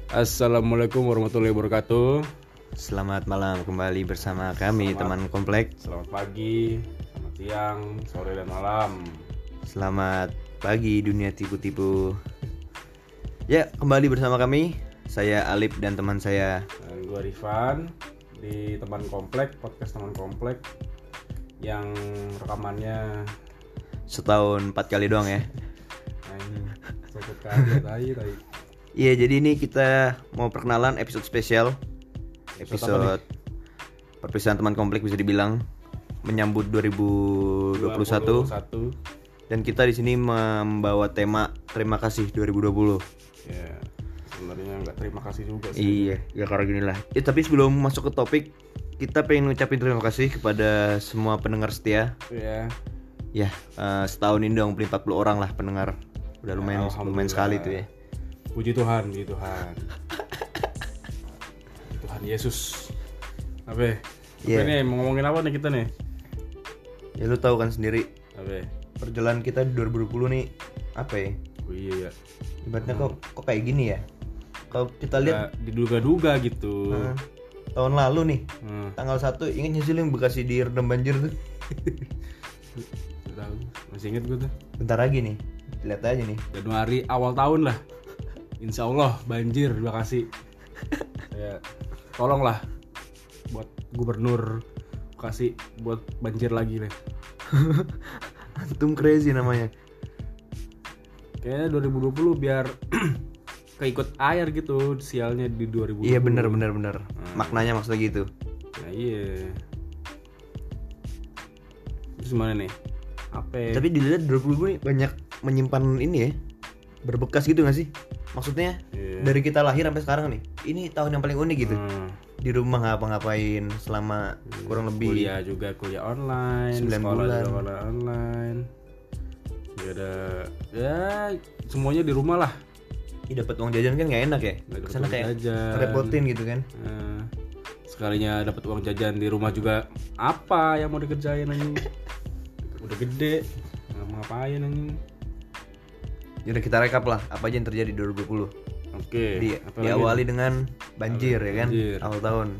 Assalamualaikum warahmatullahi wabarakatuh. Selamat malam kembali bersama kami teman komplek. Selamat pagi, selamat siang, sore dan malam. Selamat pagi dunia tipu-tipu. Ya, kembali bersama kami. Saya Alip dan teman saya. Dan gue Rifan di teman komplek, podcast teman komplek yang rekamannya Setahun 4 kali doang ya. ini satu kali tai. Iya, jadi ini kita mau perkenalan episode spesial. Episode perpisahan teman komplek bisa dibilang menyambut 2021. Dan kita di sini membawa tema terima kasih 2020. Ya, sebenarnya nggak terima kasih juga sih. Iya, ya karena gini lah. Tapi sebelum masuk ke topik, kita pengen ngucapin terima kasih kepada semua pendengar setia. Ya. Ya, setahun ini dong beli 40 orang lah pendengar. Udah lumayan sekali tuh ya. Puji Tuhan, puji Tuhan. Tuhan Yesus. Apa? Iya. Ini mau ngomongin apa nih kita nih? Ya lu tahu kan sendiri Apa? perjalanan kita di 2020 nih apa ya? Oh iya ya. Ibaratnya kok kayak gini ya. Kalau kita lihat diduga-duga gitu. Tahun lalu nih, Tanggal tanggal 1 ingat sih lu yang Bekasi direndam banjir tuh. tahu. Masih inget gue tuh. Bentar lagi nih. Lihat aja nih. Januari awal tahun lah. Insya Allah banjir di Bekasi. Ya, tolonglah buat gubernur Bekasi buat banjir lagi nih. Antum crazy namanya. Kayaknya 2020 biar keikut air gitu sialnya di 2020. Iya benar. Maknanya maksudnya gitu. Nah iya. Terus gimana nih? Apa? Tapi dilihat 2020 nih banyak menyimpan ini ya. Berbekas gitu gak sih? Maksudnya dari kita lahir sampai sekarang nih. Ini tahun yang paling unik gitu. Di rumah ngapa-ngapain selama kurang lebih kuliah online, 9 sekolah bulan. juga online. Ya ada ya semuanya di rumah lah. Ih, dapat uang jajan kan nggak enak ya? Nggak dapet Kesana uang kayak jajan. repotin gitu kan? Sekalinya dapat uang jajan di rumah juga apa yang mau dikerjain anjing? Udah gede, nggak mau ngapain anjing? Jadi kita rekap lah apa aja yang terjadi di 2020. Oke. Diawali dengan banjir ya kan? Banjir. Awal tahun.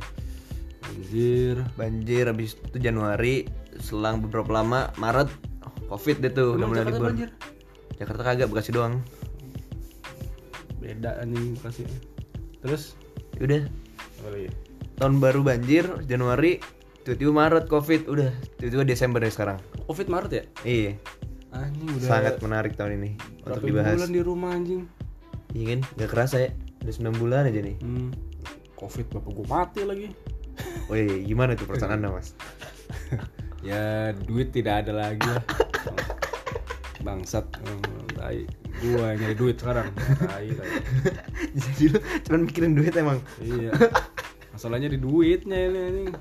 Banjir habis itu Januari, selang beberapa lama Maret Covid deh tuh udah mulai Jakarta libur. banjir? Jakarta kagak, Bekasi doang. Beda anjing Bekasi. Terus Udah apa lagi? tahun baru banjir Januari, tiba-tiba Maret Covid, udah tiba-tiba Desember ya sekarang. Covid Maret ya? Iya. Anjing udah Sangat menarik tahun ini untuk dibahas. bulan di rumah anjing. Iya kan? Gak kerasa ya. Udah 9 bulan aja nih. Covid bapak gue mati lagi. Woi, gimana tuh perasaan Anda, Mas? Ya duit tidak ada lagi lah. Bangsat. Tai. Gua yang nyari duit sekarang. Tai. Jadi lu cuman mikirin duit emang. Iya. Masalahnya di duitnya ini anjing.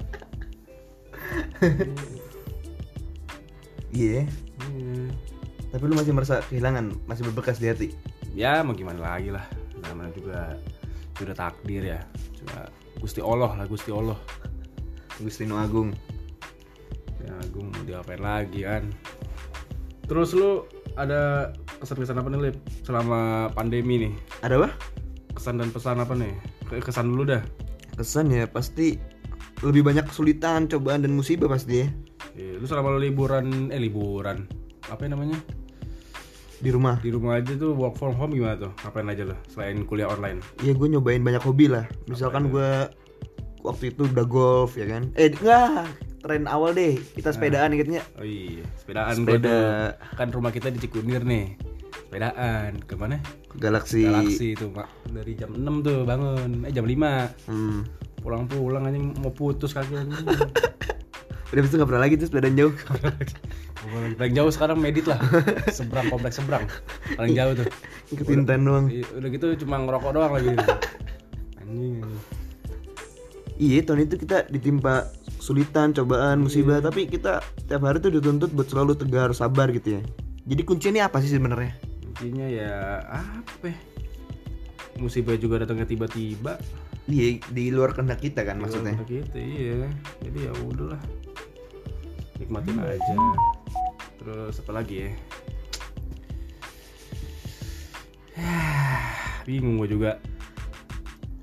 Iya. Iya. Tapi lu masih merasa kehilangan, masih berbekas di hati. Ya mau gimana lagi lah. Namanya juga sudah takdir ya. Cuma Gusti Allah lah, Gusti Allah. Gusti Nu Agung. Ya Agung mau diapain lagi kan. Terus lu ada kesan-kesan apa nih Lip selama pandemi nih? Ada apa? Kesan dan pesan apa nih? Kesan dulu dah. Kesan ya pasti lebih banyak kesulitan, cobaan dan musibah pasti ya. Lu selama liburan apa namanya? Di rumah. Di rumah aja tuh work from home gimana tuh? Ngapain aja lo selain kuliah online? Iya, gue nyobain banyak hobi lah. Misalkan gue waktu itu udah golf ya kan. Enggak, tren awal deh kita sepedaan ingetnya. Oh iya, sepedaan. Sepeda. Kan rumah kita di Cikunir nih. Sepedaan kemana? Ke Galaxy itu Pak. Dari jam 6 tuh bangun. Jam 5. Pulang anjing mau putus kaki anjing. Udah itu gak pernah lagi tuh sepedaan jauh. Paling jauh sekarang Medit lah. Kompleks seberang. Paling jauh tuh. Ikutin tren doang. Udah gitu cuma ngerokok doang lagi. Anjing. Iya, tahun itu kita ditimpa kesulitan, cobaan, musibah, tapi kita tiap hari tuh dituntut buat selalu tegar, sabar gitu ya. Jadi kuncinya apa sih sebenarnya? Kuncinya ya apa? Musibah juga datangnya tiba-tiba. Iya, di luar kehendak kita kan maksudnya. Gitu, iya. Jadi ya udahlah. Nikmatin aja. Terus apa lagi ya? Bingung gue juga.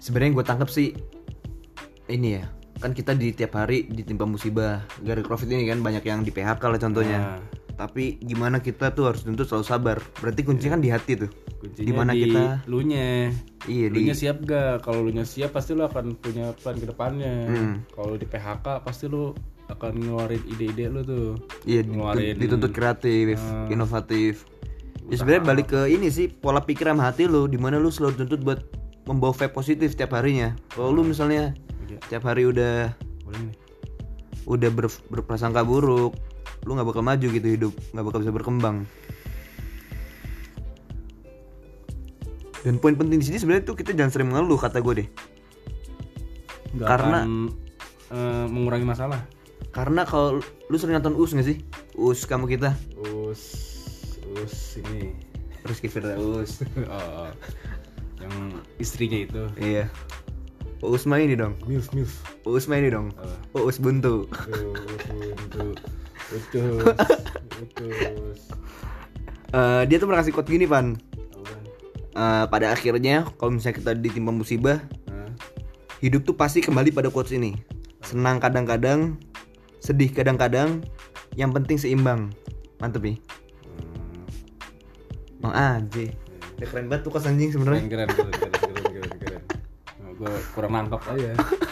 Sebenarnya gue tangkap sih ini ya, kan kita di tiap hari ditimpa musibah gara-gara covid ini kan, banyak yang di PHK lah contohnya. Tapi gimana kita tuh harus tuntut selalu sabar. Berarti kuncinya kan di hati tuh. Kuncinya Dimana di kita lunya. Iya, Lunya siap gak? Kalau lunya siap pasti lu akan punya plan ke depannya. Kalau di PHK pasti lu akan ngeluarin ide-ide lu tuh. iya Ngeluarin dituntut kreatif, inovatif. Ya sebenarnya balik ke ini sih, pola pikir sama hati lu, dimana lu selalu tuntut buat membawa vibe positif tiap harinya. Kalau lu misalnya tiap hari udah Boleh nih. udah berprasangka buruk, lu nggak bakal maju gitu hidup, nggak bakal bisa berkembang. Dan poin penting di sini sebenarnya tuh kita jangan sering mengeluh, kata gue deh. Nggak Karena akan, mengurangi masalah. Karena kalau lu sering nonton US nggak sih? US kamu kita. Us ini. Rizky Firdaus. Oh, yang istrinya itu. Iya. US mah ini dong. Milf. US mah ini dong. US buntu. Untuk Dia tuh pernah kasih quote gini, Pan. Pada akhirnya kalau misalnya kita ditimpa musibah, hidup tuh pasti kembali pada quotes ini. Senang kadang-kadang, sedih kadang-kadang, yang penting seimbang. Mantep nih. Bang Aji. Dia keren banget tuh kos anjing sebenarnya. Keren. Gue kurang nangkep aja.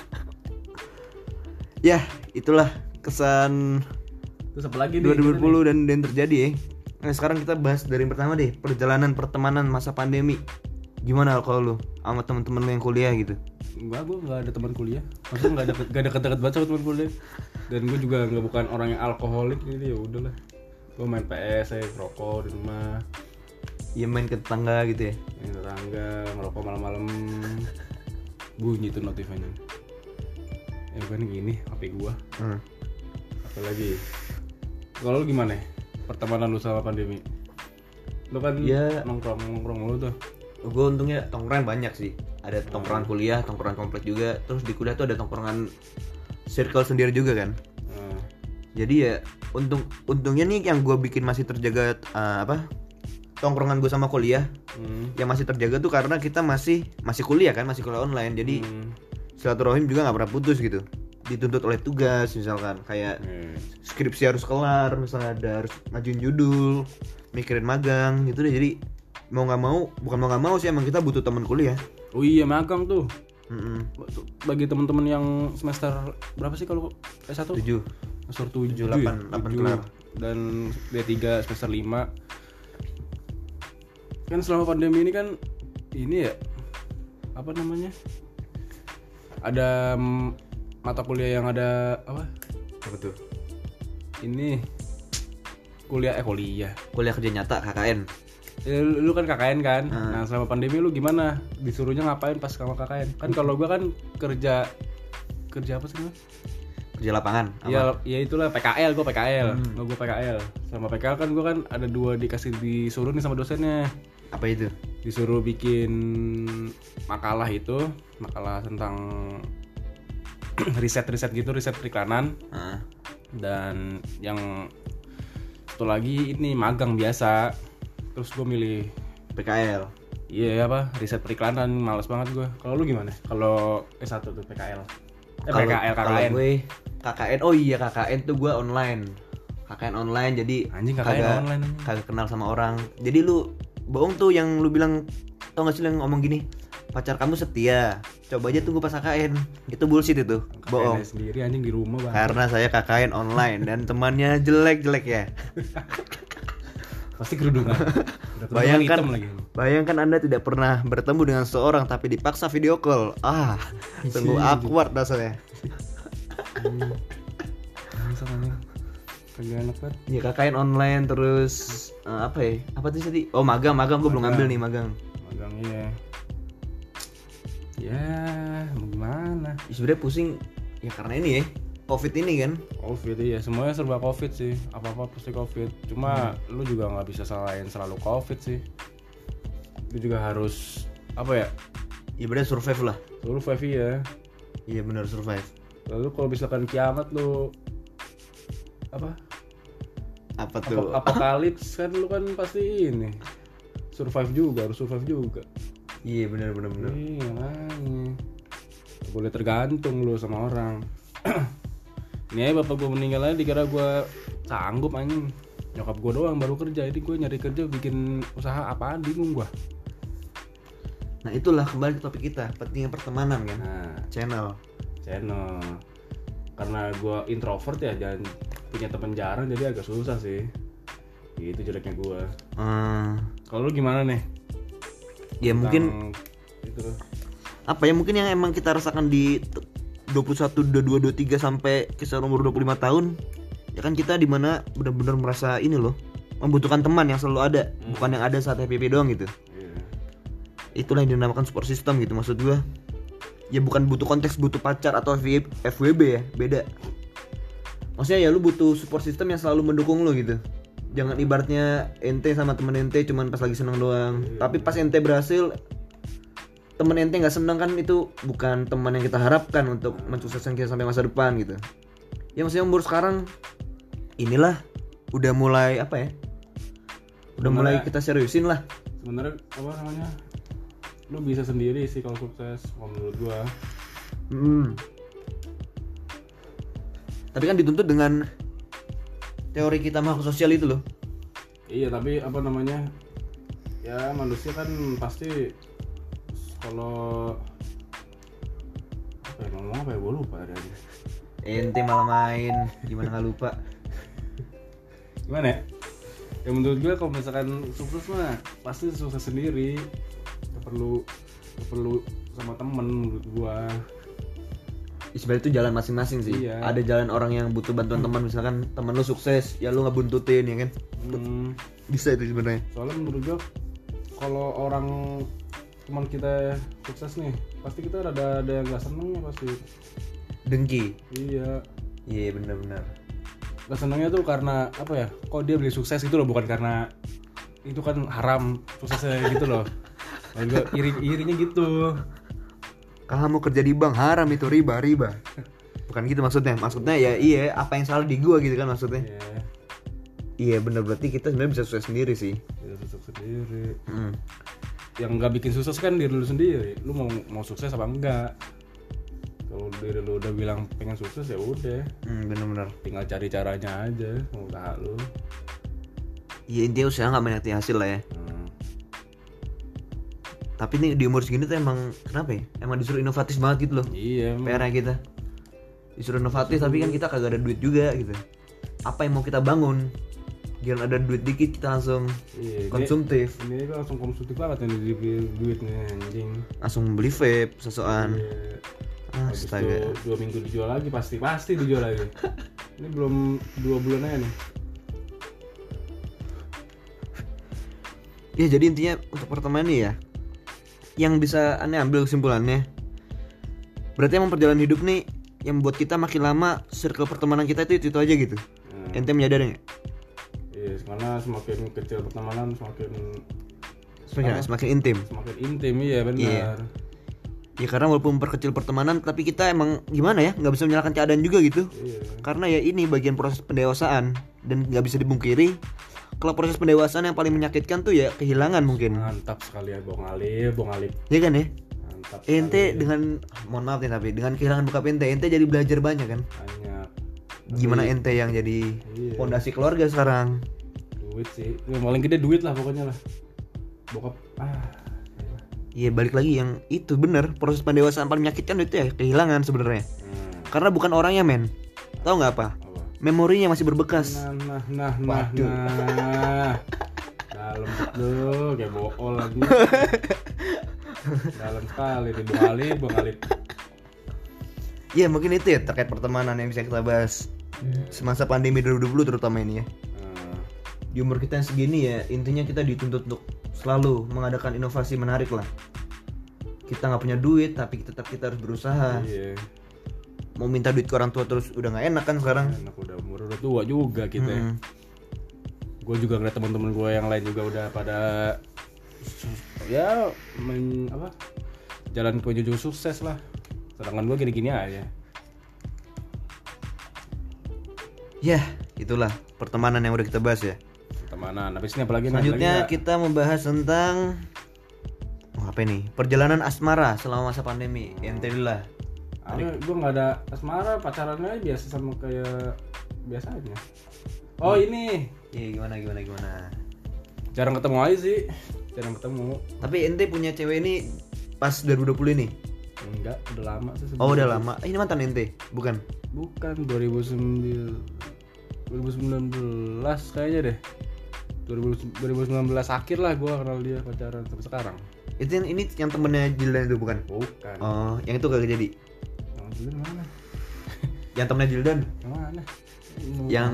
Ya, itulah kesan Terus apa lagi 2020 dan terjadi ya. Nah, sekarang kita bahas dari yang pertama deh, perjalanan pertemanan masa pandemi. Gimana kalau lu sama teman-teman lu yang kuliah gitu? Enggak, gue nggak ada teman kuliah. Maksudnya nggak ada deket banget sama teman kuliah. Dan gue juga bukan orang yang alkoholik, jadi ya udahlah. Gue main PS, saya rokok di rumah. Iya, main ke tetangga gitu ya. Main tetangga, ngerokok malam-malam. Bunyi tuh notifnya. Ya kan gini HP gue. Apa lagi? Kalau lu gimana? Pertemanan lu sama pandemi? Lu kan ya, nongkrong lu tuh. Gue untungnya tongkrongan banyak sih. Ada tongkrongan kuliah, tongkrongan komplek juga. Terus di kuliah tuh ada tongkrongan circle sendiri juga kan. Jadi ya untungnya nih yang gue bikin masih terjaga tongkrongan gue sama kuliah yang masih terjaga tuh karena kita masih kuliah kan, masih kuliah online. Jadi silaturahim juga nggak pernah putus gitu. Dituntut oleh tugas misalkan kayak skripsi harus kelar, misalnya ada harus ngajuin judul, mikirin magang gitu deh. Jadi bukan mau nggak mau sih, emang kita butuh teman kuliah. Oh iya, magang tuh. Bagi teman-teman yang semester berapa sih kalau S1? 7. Semester 7, 8 kelar. Dan D3 semester 5. Kan selama pandemi ini kan ini ya, apa namanya? Ada mata kuliah yang ada apa? Apa tuh? Ini kuliah kerja nyata KKN. Lu kan KKN kan. Nah, selama pandemi lu gimana? Disuruhnya ngapain pas sama KKN? Kan kalau gua kan kerja apa sih, Mas? Kerja lapangan. Ya itulah PKL, gua PKL. Gua PKL. Sama PKL kan gua kan ada 2 disuruh nih sama dosennya. Apa itu? Disuruh bikin makalah tentang riset gitu, riset periklanan. Dan yang satu lagi ini magang biasa. Terus gue milih PKL. Iya riset periklanan, males banget gue. Kalau lu gimana? Kalau S1 tuh PKL. PKL, KKN. Kalau gue KKN, oh iya KKN tuh gue online. KKN online, jadi anjing KKN online. Kagak kenal sama orang. Jadi lu bohong tuh yang lu bilang, tau gak sih yang ngomong gini, pacar kamu setia, coba aja tunggu pas KKN. Itu bullshit itu, bohong. Sendiri anjing di rumah bang. Karena saya KKN online dan temannya jelek ya. Pasti kerudungan. Bayangkan Anda tidak pernah bertemu dengan seorang tapi dipaksa video call. Sungguh awkward rasanya. Kagak enak banget. Ya KKN online terus apa ya? Apa tuh tadi? Oh magang gue belum ngambil nih magang. Magang iya. Ya mau gimana? Sebenarnya pusing ya karena ini ya. Covid ini kan. Covid iya, semuanya serba Covid sih. Apa-apa pasti Covid. Cuma lu juga nggak bisa salahin selalu Covid sih. Lu juga harus apa ya? Ya bener survive lah. Survive ya. Iya benar survive. Lalu kalau misalkan kiamat lu apa tuh? Apokalips kan lu kan pasti ini. Harus survive juga. Iya benar. Iya, makanya. boleh tergantung lu sama orang. Ini aja bapak gue meninggal aja dikira gue sanggup anjing. Nyokap gue doang baru kerja, jadi gue nyari kerja bikin usaha apaan bingung gue. Nah itulah kembali ke topik kita, pentingnya pertemanan kan. Nah, Channel. Karena gue introvert ya, jangan punya teman jarang, jadi agak susah sih. Itu jeleknya gue. Kalau lu gimana nih? Ya mungkin itu apa ya, mungkin yang emang kita rasakan di 21, 22, 23 sampai kisah umur 25 tahun ya kan, kita dimana benar-benar merasa ini loh, membutuhkan teman yang selalu ada, bukan yang ada saat happy doang gitu. Itulah yang dinamakan support system gitu maksud gue. Ya bukan butuh konteks butuh pacar atau FWB ya, beda. Maksudnya ya lu butuh support system yang selalu mendukung lu gitu. Jangan ibaratnya ente sama temen ente cuman pas lagi seneng doang. Tapi pas ente berhasil, temen ente nggak seneng kan, itu bukan teman yang kita harapkan untuk mensukseskan kita sampai masa depan gitu. Ya maksudnya umur sekarang inilah udah mulai apa ya? Udah mulai kita seriusin lah. Sebenarnya apa namanya? Lu bisa sendiri sih kalau sukses menurut gua. Tapi kan dituntut dengan teori kita makhluk sosial itu loh. Iya, tapi apa namanya? Ya manusia kan pasti kalau ngomong apa ya, gua lupa tadi aja. Ente malah main, gimana nggak lupa? Gimana ya? Ya menurut gue kalau misalkan sukses mah pasti sukses sendiri. Gak perlu sama temen menurut gue. Sebenarnya itu jalan masing-masing sih. Iya. Ada jalan orang yang butuh bantuan teman, misalkan teman lu sukses, ya lu nggak buntutin ya kan? Bisa itu sebenarnya. Soalnya menurut gue kalau orang teman kita sukses nih, pasti kita ada yang nggak senengnya pasti. Dengki. Iya benar-benar. Gak senengnya tuh karena apa ya, kok dia beli sukses gitu loh, bukan karena itu kan haram suksesnya gitu loh. Lalu gue irinya gitu. Kamu kerja di bank haram, itu riba. Bukan gitu maksudnya. Maksudnya ya iya, apa yang salah di gua gitu kan maksudnya. Iya benar, berarti kita sebenarnya bisa sukses sendiri sih. Bisa sukses sendiri. Yang nggak bikin sukses kan diri lu sendiri. Lu mau sukses apa enggak? Kalau diri lu udah bilang pengen sukses ya udah. Benar-benar. Tinggal cari caranya aja, mau usaha lu. Iya intinya usaha nggak menikmati hasil lah ya. Tapi nih di umur segini tuh emang kenapa ya? Emang disuruh inovatif banget gitu loh. Iya. PR-nya kita disuruh inovatif, tapi kan kita kagak ada duit juga gitu. Apa yang mau kita bangun? Jangan ada duit dikit kita langsung konsumtif. Ini kan langsung konsumtif banget nih duitnya anjing. Langsung beli vape sesuatu. Astaga. 2 minggu dijual lagi, pasti dijual lagi. Ini belum 2 bulan aja nih. Ya jadi intinya untuk pertemanan ini ya, yang bisa aneh ambil kesimpulannya, berarti emang perjalanan hidup nih yang membuat kita makin lama circle pertemanan kita itu aja gitu. Ente menyadari nggak? Iya, karena semakin kecil pertemanan semakin intim. Semakin intim, iya benar. Iya. Ya karena walaupun memperkecil pertemanan, tapi kita emang gimana ya, nggak bisa menyalahkan keadaan juga gitu. Iya. Karena ya ini bagian proses pendewasaan dan nggak bisa dibungkiri. Kalau proses pendewasaan yang paling menyakitkan tuh ya kehilangan mungkin. Mantap sekali ya Bong Alip. Iya kan ya? Mantap. Ente dengan, mohon maaf nih tapi dengan kehilangan bokap ente jadi belajar banyak kan? Banyak. Gimana ente yang jadi fondasi keluarga sekarang? Duit sih. Yang paling gede duit lah pokoknya lah. Bokap. Iya balik lagi yang itu bener, proses pendewasaan paling menyakitkan itu ya kehilangan sebenarnya. Karena bukan orangnya men. Tahu nggak apa? Memorinya masih berbekas. Nah. Dalam tuh kayak bool lagi. Dalam sekali nih Bung Alip. Iya mungkin itu ya terkait pertemanan yang bisa kita bahas semasa pandemi 2020 terutama ini ya. Di umur kita yang segini ya, intinya kita dituntut untuk selalu mengadakan inovasi menarik lah. Kita nggak punya duit tapi tetap kita harus berusaha. Iya. Mau minta duit ke orang tua terus udah nggak enak kan sekarang. Enak, umur udah tua juga kita. Gue juga ngeliat teman-teman gue yang lain juga udah pada ya jalan menuju sukses lah. Sedangkan gue gini-gini aja. Ya itulah pertemanan yang udah kita bahas ya. Pertemanan. Habis ini apa lagi? Selanjutnya kita membahas tentang apa ini? Perjalanan asmara selama masa pandemi. Ente lah. Gue nggak ada asmara, pacarannya biasa sama kayak biasanya. Oh ini. Iya gimana? Jarang ketemu aja sih, jarang ketemu. Tapi ente punya cewek ini pas 2020 ini? Enggak, udah lama sih. Oh udah lama. Ini mantan ente? Bukan 2019 kayaknya deh. 2019 akhir lah gue kenal dia, pacaran sampai sekarang. Itu ini yang temennya Jildan itu bukan? Bukan. Oh, yang itu kagak jadi. Yang Jildan mana? Yang temennya Jildan? Yang mana? Yang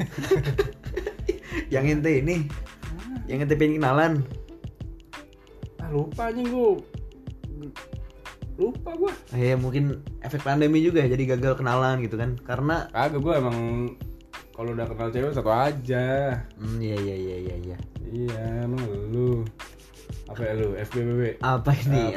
yang ente ini. Yang ente pengen kenalan. Lupa anjing gue. Lupa gue. Ya mungkin efek pandemi juga ya, jadi gagal kenalan gitu kan. Karena kagak, gue emang kalau udah kenal cewek satu aja. Iya. Iya, emang lu. Apa ya lu? FBB. Apa ini?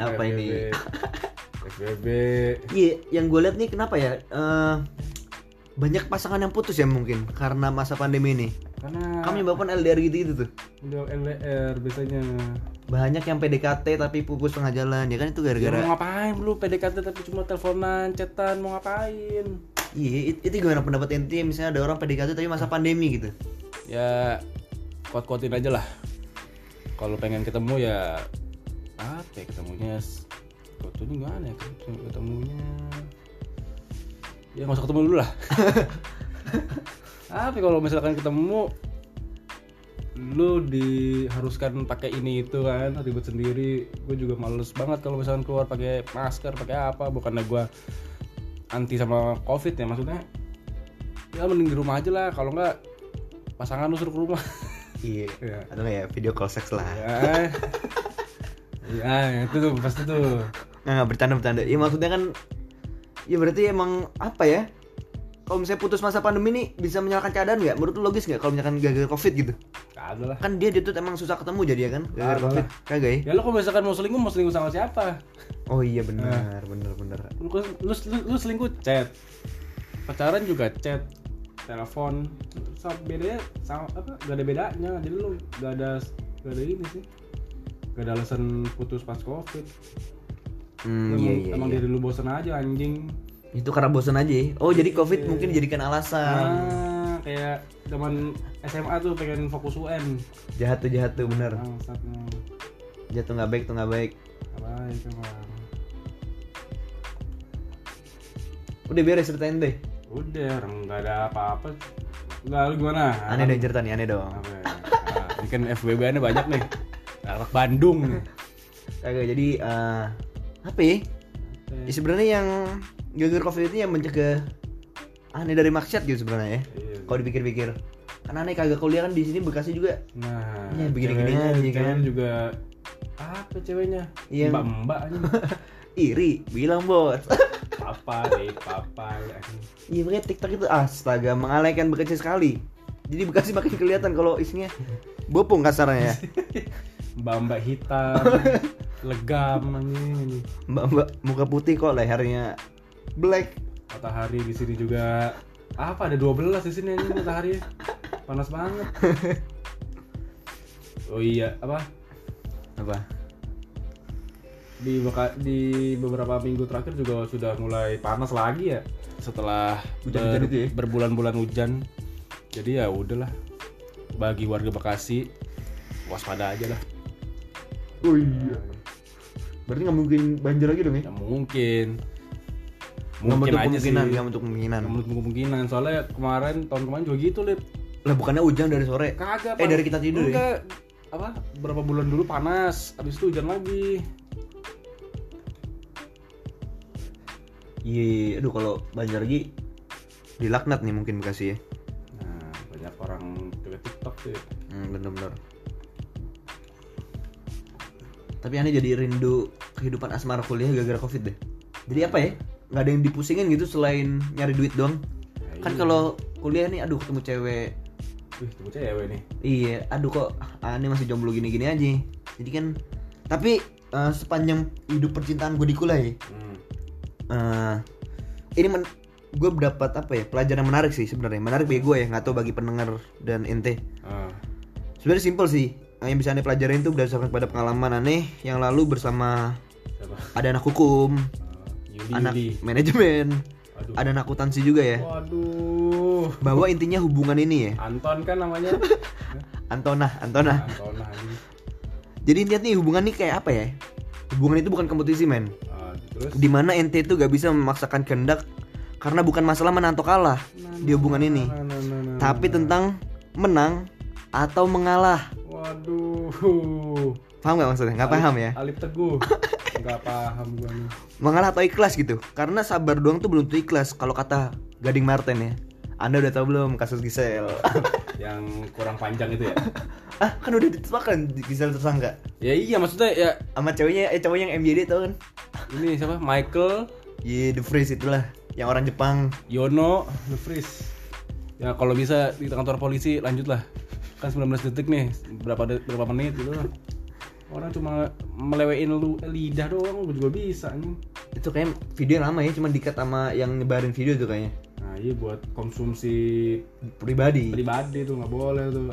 FBB. Iya, yang gue lihat nih kenapa ya? Banyak pasangan yang putus ya mungkin karena masa pandemi ini. Karena kami menyebabkan LDR gitu tuh. Udah LDR biasanya. Banyak yang PDKT tapi pupus tengah jalan, ya kan itu gara-gara. Ya, mau ngapain lu PDKT tapi cuma teleponan, chatan, mau ngapain? Iya, itu gimana pendapat ente misalnya ada orang PDKT tapi masa pandemi gitu? Ya kuat-kuatin aja lah. Kalau pengen ketemu ya apa ya ketemunya? Fotonya gimana ya ketemunya? Ya nggak usah ketemu dulu lah. Tapi kalau misalkan ketemu, lu diharuskan pakai ini itu kan, ribet sendiri. Gue juga males banget kalau misalkan keluar pakai masker, pakai apa. Bukannya gue anti sama covid ya, maksudnya ya mending di rumah aja lah. Kalau nggak pasangan lu suruh ke rumah. Iya. Atau ya video call seks lah. Ya itu tuh pasti tuh. Nggak bercanda. Iya maksudnya kan, ya berarti emang apa ya? Kalau misalnya putus masa pandemi nih bisa menyalahkan keadaan nggak? Menurut lu logis nggak kalau misalkan gagal covid gitu? Kagak lah. Kan dia tuh emang susah ketemu jadi ya kan? Gagal covid. Kagak ya? Ya lo kalau misalkan mau selingkuh sama siapa? Oh iya benar. Lu selingkuh chat. Pacaran juga chat. Telepon. Bedanya sama apa? Gak ada bedanya. Jadi lu gak ada ini sih. Gak ada alasan putus pas covid. Emang diri lu bosan aja anjing. Itu karena bosan aja ya? Oh jadi covid mungkin dijadikan alasan. Kayak zaman SMA tuh pengen fokus UN. Jahat tuh bener. Jatuh nggak baik Gak baik emang. Udah beres ceritain deh. Udah, nggak ada apa-apa. Lalu gimana? Aneh dong cerita nih, aneh dong. Ini kan FBB aneh banyak nih. Anak Bandung nih. Kagak jadi apa ya? Ya sebenarnya yang gagal covid itu yang mencegah aneh dari maksiat gitu sebenarnya ya. Iya. Kalau dipikir-pikir, kan aneh kagak kuliah kan di sini Bekasi juga. Nah, ya begini-gini aja kan. Juga apa ceweknya? Yang Mbak aja. Iri, bilang bos. Papa. Iya makanya TikTok itu astaga mengalaikan Bekasi sekali. Jadi Bekasi makin kelihatan kalau isinya bopong kasarnya ya. Mbak hitam, legam ini. Mbak muka putih kok lehernya black. Matahari di sini juga apa ada 12 di sini ini matahari. Panas banget. Oh iya, apa? Di beberapa minggu terakhir juga sudah mulai panas lagi ya. Setelah hujan itu ya? Berbulan-bulan hujan. Jadi ya udahlah. Bagi warga Bekasi waspada aja lah. Oh iya. Berarti nggak mungkin banjir lagi dong ya? Nggak mungkin. Mungkin aja sih. Nggak untuk kemungkinan. Soalnya tahun kemarin juga gitu Lip. Lah bukannya hujan dari sore? Kagak. Dari kita tidur ya? Apa? Berapa bulan dulu panas, habis itu hujan lagi. Iya, aduh kalau banjir lagi dilaknat nih mungkin Bekasi ya. Nah, banyak orang juga TikTok tuh. Bener-bener. Tapi aneh jadi rindu kehidupan asmara kuliah gara-gara covid deh. Jadi apa ya? Nggak ada yang dipusingin gitu selain nyari duit doang. Ya, kan kalau kuliah nih, aduh ketemu cewek. Ketemu cewek nih. Iya, aduh kok aneh masih jomblo gini-gini aja. Jadi kan, tapi sepanjang hidup percintaan gue di kuliah ya. Ini gue dapat apa ya, pelajaran yang menarik sih sebenarnya. Menarik bagi gue ya, nggak tahu bagi pendengar dan ente. Sebenarnya simpel sih. Yang bisa aneh pelajarin itu berdasarkan pada pengalaman aneh yang lalu bersama ada anak hukum. anak manajemen. Aduh. Ada anak akuntansi juga ya. Waduh. Bahwa intinya hubungan ini ya. Anton kan namanya. Antona. Antona. Jadi intinya nih hubungan nih kayak apa ya? Hubungan itu bukan kompetisi men. Terus? Dimana ente itu gak bisa memaksakan kehendak karena bukan masalah menang atau kalah di hubungan ini, tapi tentang menang atau mengalah. Waduh. Paham gak maksudnya? Gak paham ya? Alif Teguh. Gak paham gua nih. Mengalah atau ikhlas gitu. Karena sabar doang tuh belum tentu ikhlas. Kalau kata Gading Marten ya. Anda udah tahu belum kasus Gisel? Yang kurang panjang itu ya? Kan udah ditetapkan Gisel tersangka. Ya iya maksudnya ya sama cowok yang MJD tau kan? Ini siapa? Michael The Freeze itulah. Yang orang Jepang. Yono The Freeze. Ya kalau bisa di kantor polisi lanjutlah. Kan 19 detik nih. Berapa menit gitu. Orang cuma melewein lu lidah doang, gue juga bisa nih. Itu kayak video yang lama ya, cuma dikat sama yang nyebarin video tuh kayaknya. Nah iya buat konsumsi pribadi tuh nggak boleh tuh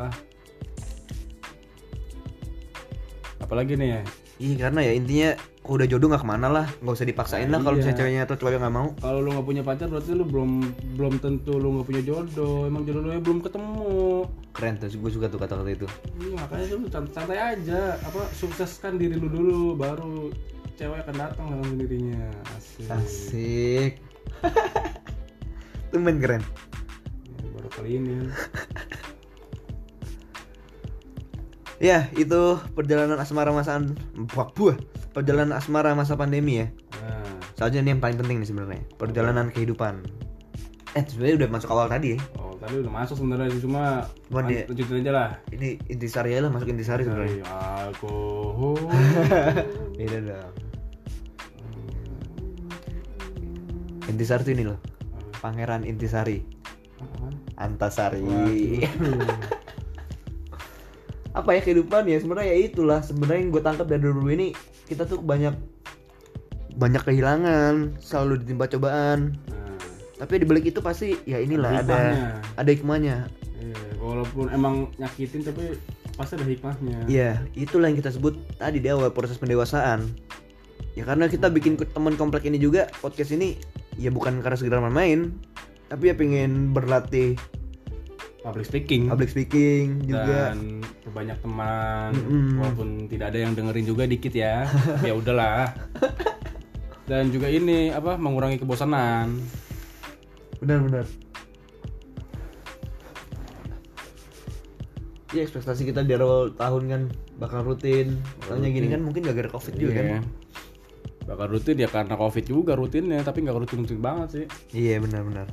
Apalagi nih ya? Iya karena ya intinya kalau udah jodoh nggak kemana lah, nggak usah dipaksain lah. Kalau misalnya ceweknya atau cowoknya nggak mau. Kalau lu nggak punya pacar berarti lu belum tentu lu nggak punya jodoh. Emang jodoh lu belum ketemu. Keren tuh, gue suka tuh kata-kata itu. Iya makanya lu santai aja. Sukseskan diri lu dulu, baru cewek akan datang dengan sendirinya. Asik. Tumben keren. Ya, baru kali ini. Ya itu perjalanan asmara perjalanan asmara masa pandemi ya. Soalnya ini yang paling penting nih sebenarnya, perjalanan kehidupan. Sebenarnya udah masuk awal tadi ya. Oh tadi udah masuk sebenarnya, cuma lanjutin aja lah. Ini intisari aja lah, masuk intisari sebenarnya. Alkohol. Beda dong. Intisari tuh ini loh, Pangeran Intisari. Antasari. Apa ya kehidupan ya sebenarnya, ya itulah sebenarnya yang gue tangkap dari dulu ini, kita tuh banyak kehilangan, selalu ditimpa cobaan. Tapi di balik itu pasti ya inilah ada hikmahnya. Iya, walaupun emang nyakitin tapi pasti ada hikmahnya. Iya, itulah yang kita sebut tadi di awal proses pendewasaan. Ya karena kita bikin teman komplek ini juga, podcast ini ya bukan karena sekedar main-main, tapi ya pengen berlatih public speaking juga, dan berbanyak teman. Walaupun tidak ada yang dengerin juga dikit ya. Ya udahlah. Dan juga ini mengurangi kebosanan. Benar. Ya ekspektasi kita di awal tahun kan bakal rutin. Makanya gini kan mungkin gara-gara Covid juga kan. Bakal rutin ya karena Covid juga rutinnya, tapi nggak rutin banget sih. Iya benar.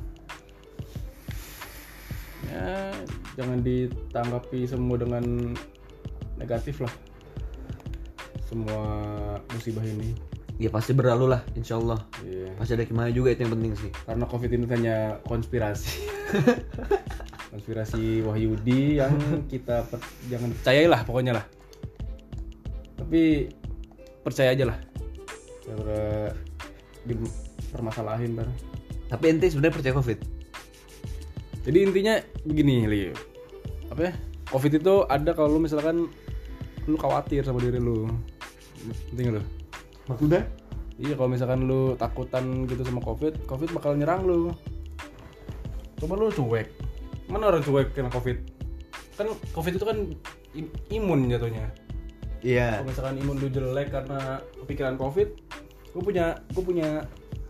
Ya jangan ditanggapi semua dengan negatif lah, semua musibah ini. Ya pasti berlalu lah, insyaallah. Iya. Pasti ada hikmahnya juga, itu yang penting sih. Karena Covid ini hanya konspirasi. Konspirasi Wahyudi yang kita jangan percayai lah pokoknya lah. Tapi percaya aja lah. Daripada dipermasalahin bar. Tapi ente sebenarnya percaya Covid? Jadi intinya begini, Li. Covid itu ada kalau lu misalkan lu khawatir sama diri lu. Ngerti enggak lu? Maksudnya? Iya, kalau misalkan lu takutan gitu sama Covid bakal nyerang lu. Coba lu cuek. Mana orang cuek kena Covid? Kan Covid itu kan imun jatuhnya. Iya. Kalau misalkan imun lu jelek karena kepikiran Covid, gue punya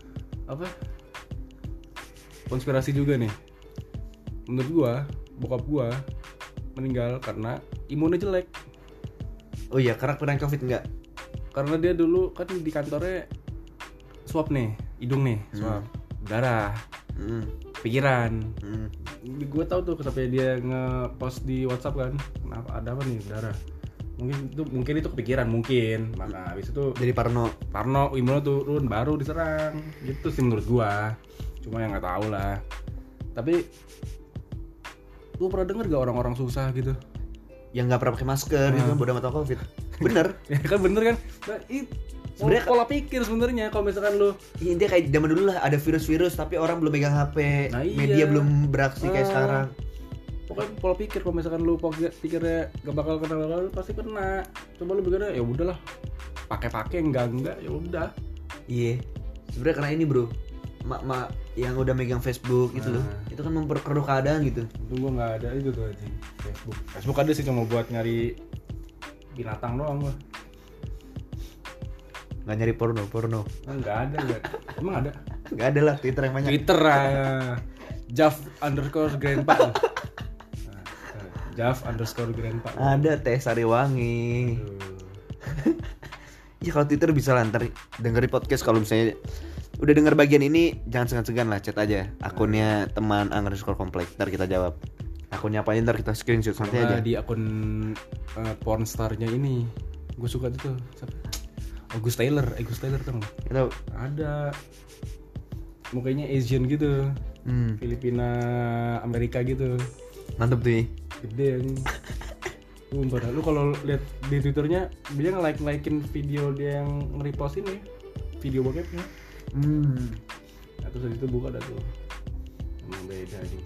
konspirasi juga nih. Menurut gua, bokap gua meninggal karena imunnya jelek. Oh iya, karena kena Covid enggak? Karena dia dulu kan di kantornya swab nih, hidung nih, swab darah, pikiran. Gua tahu tuh kenapa dia nge-post di WhatsApp kan, kenapa ada apa nih darah. Mungkin itu kepikiran mungkin. Maka habis itu jadi parno imunnya turun baru diserang. Gitu sih menurut gua. Cuma yang enggak tahu lah. Tapi lu pernah denger gak orang-orang susah gitu yang nggak pernah pakai masker gitu bodoh amat Covid? Bener. Ya kan bener kan. Nah, sebenarnya pola pikir sebenarnya kalau misalkan lu intinya kayak zaman dulu lah, ada virus tapi orang belum megang HP, media belum beraksi kayak sekarang. Pokoknya pola pikir, kalau misalkan lu pikirnya gak bakal kena, lu pasti kena. Coba lu pikirnya ya udahlah, pakai enggak ya udah. Iya. Sebenarnya karena ini bro, mak yang udah megang Facebook gitu loh, itu kan memperkeruh keadaan gitu. Itu gua nggak ada itu tuh anjing. Facebook ada sih cuma buat nyari binatang doang gua. Nggak nyari porno. Nggak ada. Emang ada? Nggak ada lah, Twitter yang banyak. Twitter Jav_grandpa. Jav_grandpa. Ada Teh Sariwangi. Ya kalau Twitter bisa lah, ntar dengerin podcast. Kalau misalnya udah denger bagian ini, jangan segan-segan lah, chat aja akunnya teman_komplek, ntar kita jawab. Akunnya apa ntar kita screenshot nanti aja. Di akun pornstarnya ini gue suka tuh siapa? Agus Taylor tuh Itu ada mukanya Asian gitu, Filipina Amerika gitu, mantep tuh. gede anjing. Padahal lu kalau lihat di Twitternya dia nge-like-in video dia yang nge-repost ini video bokepnya. Nah, terus dari itu buka dah tuh. Emang beda anjing.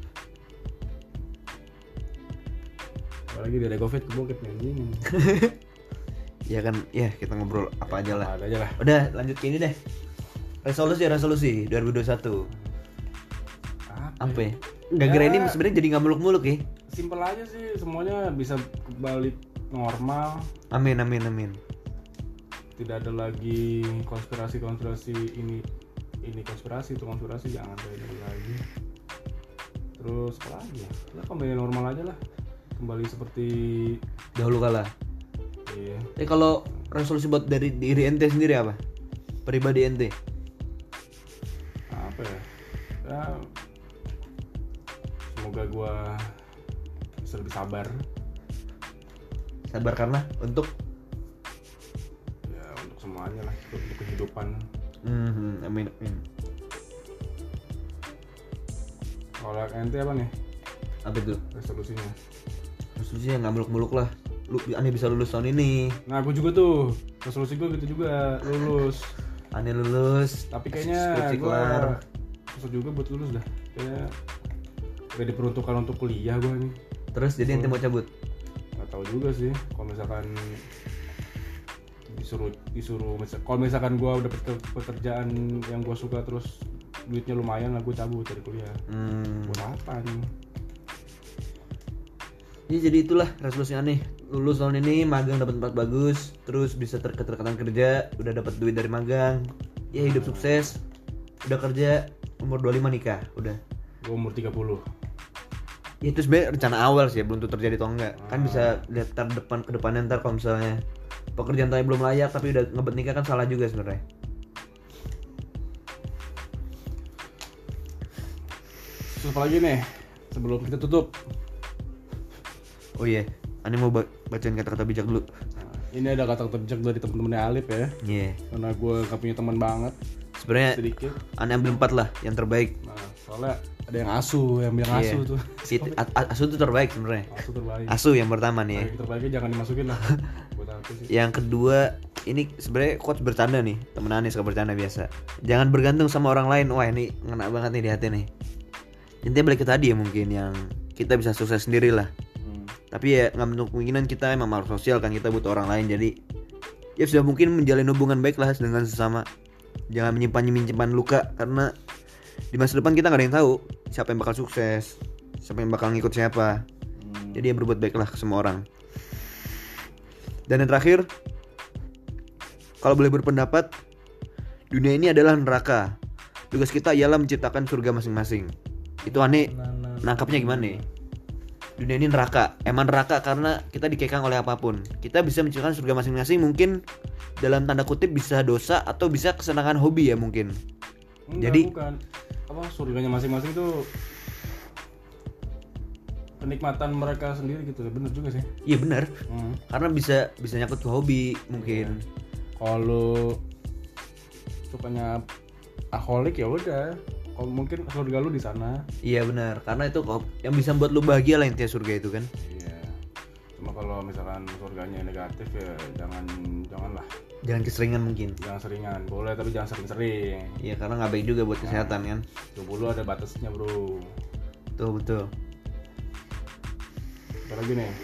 Apalagi dari Covid ke bokep anjing. Ya kan, ya kita ngobrol apa aja lah. Ada aja lah. Udah lanjut ke ini deh. Resolusi 2021. Apa ya? Gara-gara ini sebenarnya jadi nggak muluk-muluk ya. Simpel aja sih, semuanya bisa balik normal. Amin. Tidak ada lagi konspirasi ini konspirasi, itu konspirasi, jangan kayak gitu lagi. Terus apa lagi ya? Lah kembali normal aja lah. Kembali seperti dahulu kala. Iya. Kalau resolusi buat dari diri ente sendiri apa? Pribadi ente? Apa ya? Ya semoga gua bisa lebih sabar. Sabar karena untuk semuanya lah, untuk kehidupan. Amin. Kalau ente apa nih? Apa itu? Resolusinya nggak muluk-muluk lah. Aneh bisa lulus tahun ini. Nah, aku juga tuh. Resolusi gue gitu juga, lulus. Aneh lulus. Tapi kayaknya gue susah juga buat lulus dah. Kayaknya gak diperuntukkan untuk kuliah gue nih. Terus jadi ente mau cabut? Gak tahu juga sih. Kalau misalkan disuruh kalau misalkan gue udah pekerjaan yang gue suka terus duitnya lumayan lah, gue cabut dari kuliah. Buat apa nih? Ya, jadi itulah resolusi aneh. Lulus tahun ini, magang dapat tempat bagus, terus bisa keterikatan kerja, udah dapat duit dari magang. Ya hidup sukses. Udah kerja, umur 25 nikah, udah. Gue umur 30. Ya itu sebenarnya rencana awal sih, belum tentu terjadi atau enggak. Kan bisa lihat ke depannya ntar kalau misalnya pekerjaan tadi belum layak tapi udah ngebet nikah kan salah juga sebenarnya. Terus apa lagi nih sebelum kita tutup? Oh iya, Ani mau bacain kata-kata bijak dulu. Nah, ini ada kata-kata bijak dari temen-temennya Alif ya. Iya. Karena gue gak punya teman banget. Sebenarnya sedikit. Ani ambil 4 lah, yang terbaik. Nah, soalnya ada yang bilang asu tuh. Asu tuh terbaik sebenarnya. Asu terbaik. Asu yang pertama nih. Yang terbaiknya jangan dimasukin lah. Buat apa sih? Yang kedua, ini sebenarnya quotes bercanda nih, temen Ani suka bercanda biasa. Jangan bergantung sama orang lain. Wah ini ngena banget nih di hati nih. Intinya balik ke tadi ya, mungkin yang kita bisa sukses sendiri lah. Tapi ya nggak menutup kemungkinan kita emang makhluk sosial kan, kita butuh orang lain. Jadi ya sudah mungkin menjalin hubungan baik lah dengan sesama. Jangan menyimpan luka, karena di masa depan kita nggak ada yang tahu siapa yang bakal sukses, siapa yang bakal ngikut siapa. Jadi ya berbuat baiklah ke semua orang. Dan yang terakhir, kalau boleh berpendapat, dunia ini adalah neraka. Tugas kita ialah menciptakan surga masing-masing. Itu aneh nangkapnya gimana nih? Dunia ini neraka. Emang neraka karena kita dikekang oleh apapun. Kita bisa menciptakan surga masing-masing, mungkin dalam tanda kutip bisa dosa atau bisa kesenangan hobi ya mungkin. Enggak, jadi bukan. Apa surganya masing-masing tuh kenikmatan mereka sendiri gitu. Bener juga sih. Iya benar. Karena bisa nyangkut ke hobi mungkin. Kalau sukanya aholik ya udah. Kalau mungkin surga lu di sana. Iya benar. Karena itu yang bisa buat lu bahagia lah intinya surga itu kan. Iya. Cuma kalau misalkan surganya negatif ya janganlah. Jangan keseringan mungkin. Jangan seringan. Boleh tapi jangan sering-sering. Iya karena nggak baik juga buat kesehatan kan. Tubuh lu ada batasnya bro. Betul. Apa lagi nih?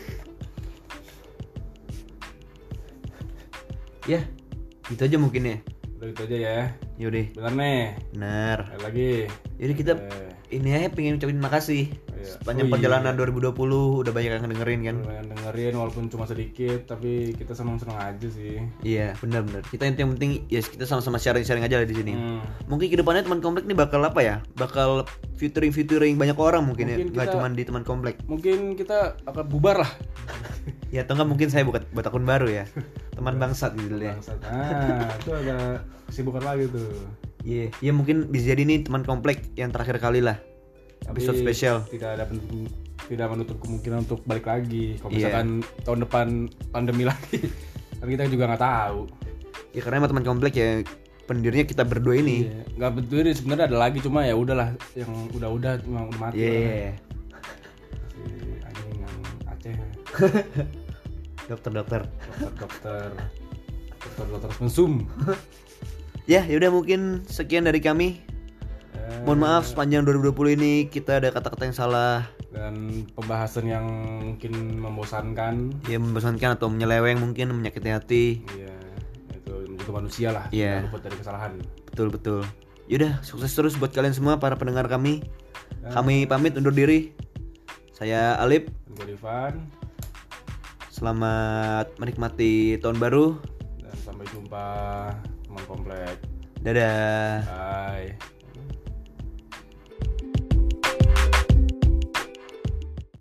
Ya, gitu aja mungkin ya. Udah gitu aja ya. Yaudah. Bener nih. Bener. Ada lagi. Jadi kita ini aja pengen ucapin makasih. Sepanjang perjalanan 2020 udah banyak yang dengerin kan. Udah yang dengerin walaupun cuma sedikit, tapi kita seneng-seneng aja sih. Iya, benar-benar. Kita yang penting ya kita sama-sama sharing-sharing aja lah di sini. Mungkin kedepannya teman komplek nih bakal apa ya? Bakal featuring banyak orang mungkin ya, nggak cuma di teman komplek. Mungkin kita akan bubar lah. Ya atau enggak mungkin saya buat akun baru ya. Teman bangsat gitu ya. Nah, itu ada kesibukan lagi tuh. Iya, yeah. Ya mungkin bisa jadi nih teman komplek yang terakhir kali lah. Episode spesial. Tidak menutup kemungkinan untuk balik lagi. Kalau misalkan tahun depan pandemi lagi, kan kita juga nggak tahu. Ya karena emang teman komplek ya pendirinya kita berdua ini. Iya. Nggak berdiri sebenarnya ada lagi cuma ya udahlah yang udah memang udah mati. Iya. Si anjing yang Aceh. Dokter mensum. Ya udah mungkin sekian dari kami. Mohon maaf sepanjang 2020 ini kita ada kata-kata yang salah dan pembahasan yang mungkin membosankan. Ya membosankan atau menyeleweng mungkin menyakiti hati. Iya, itu manusia lah. Iya. Luput dari kesalahan. Betul. Yaudah sukses terus buat kalian semua para pendengar kami. Kami pamit undur diri. Saya Alip. Gue Ivan. Selamat menikmati tahun baru. Dan sampai jumpa teman komplek. Dadah. Bye.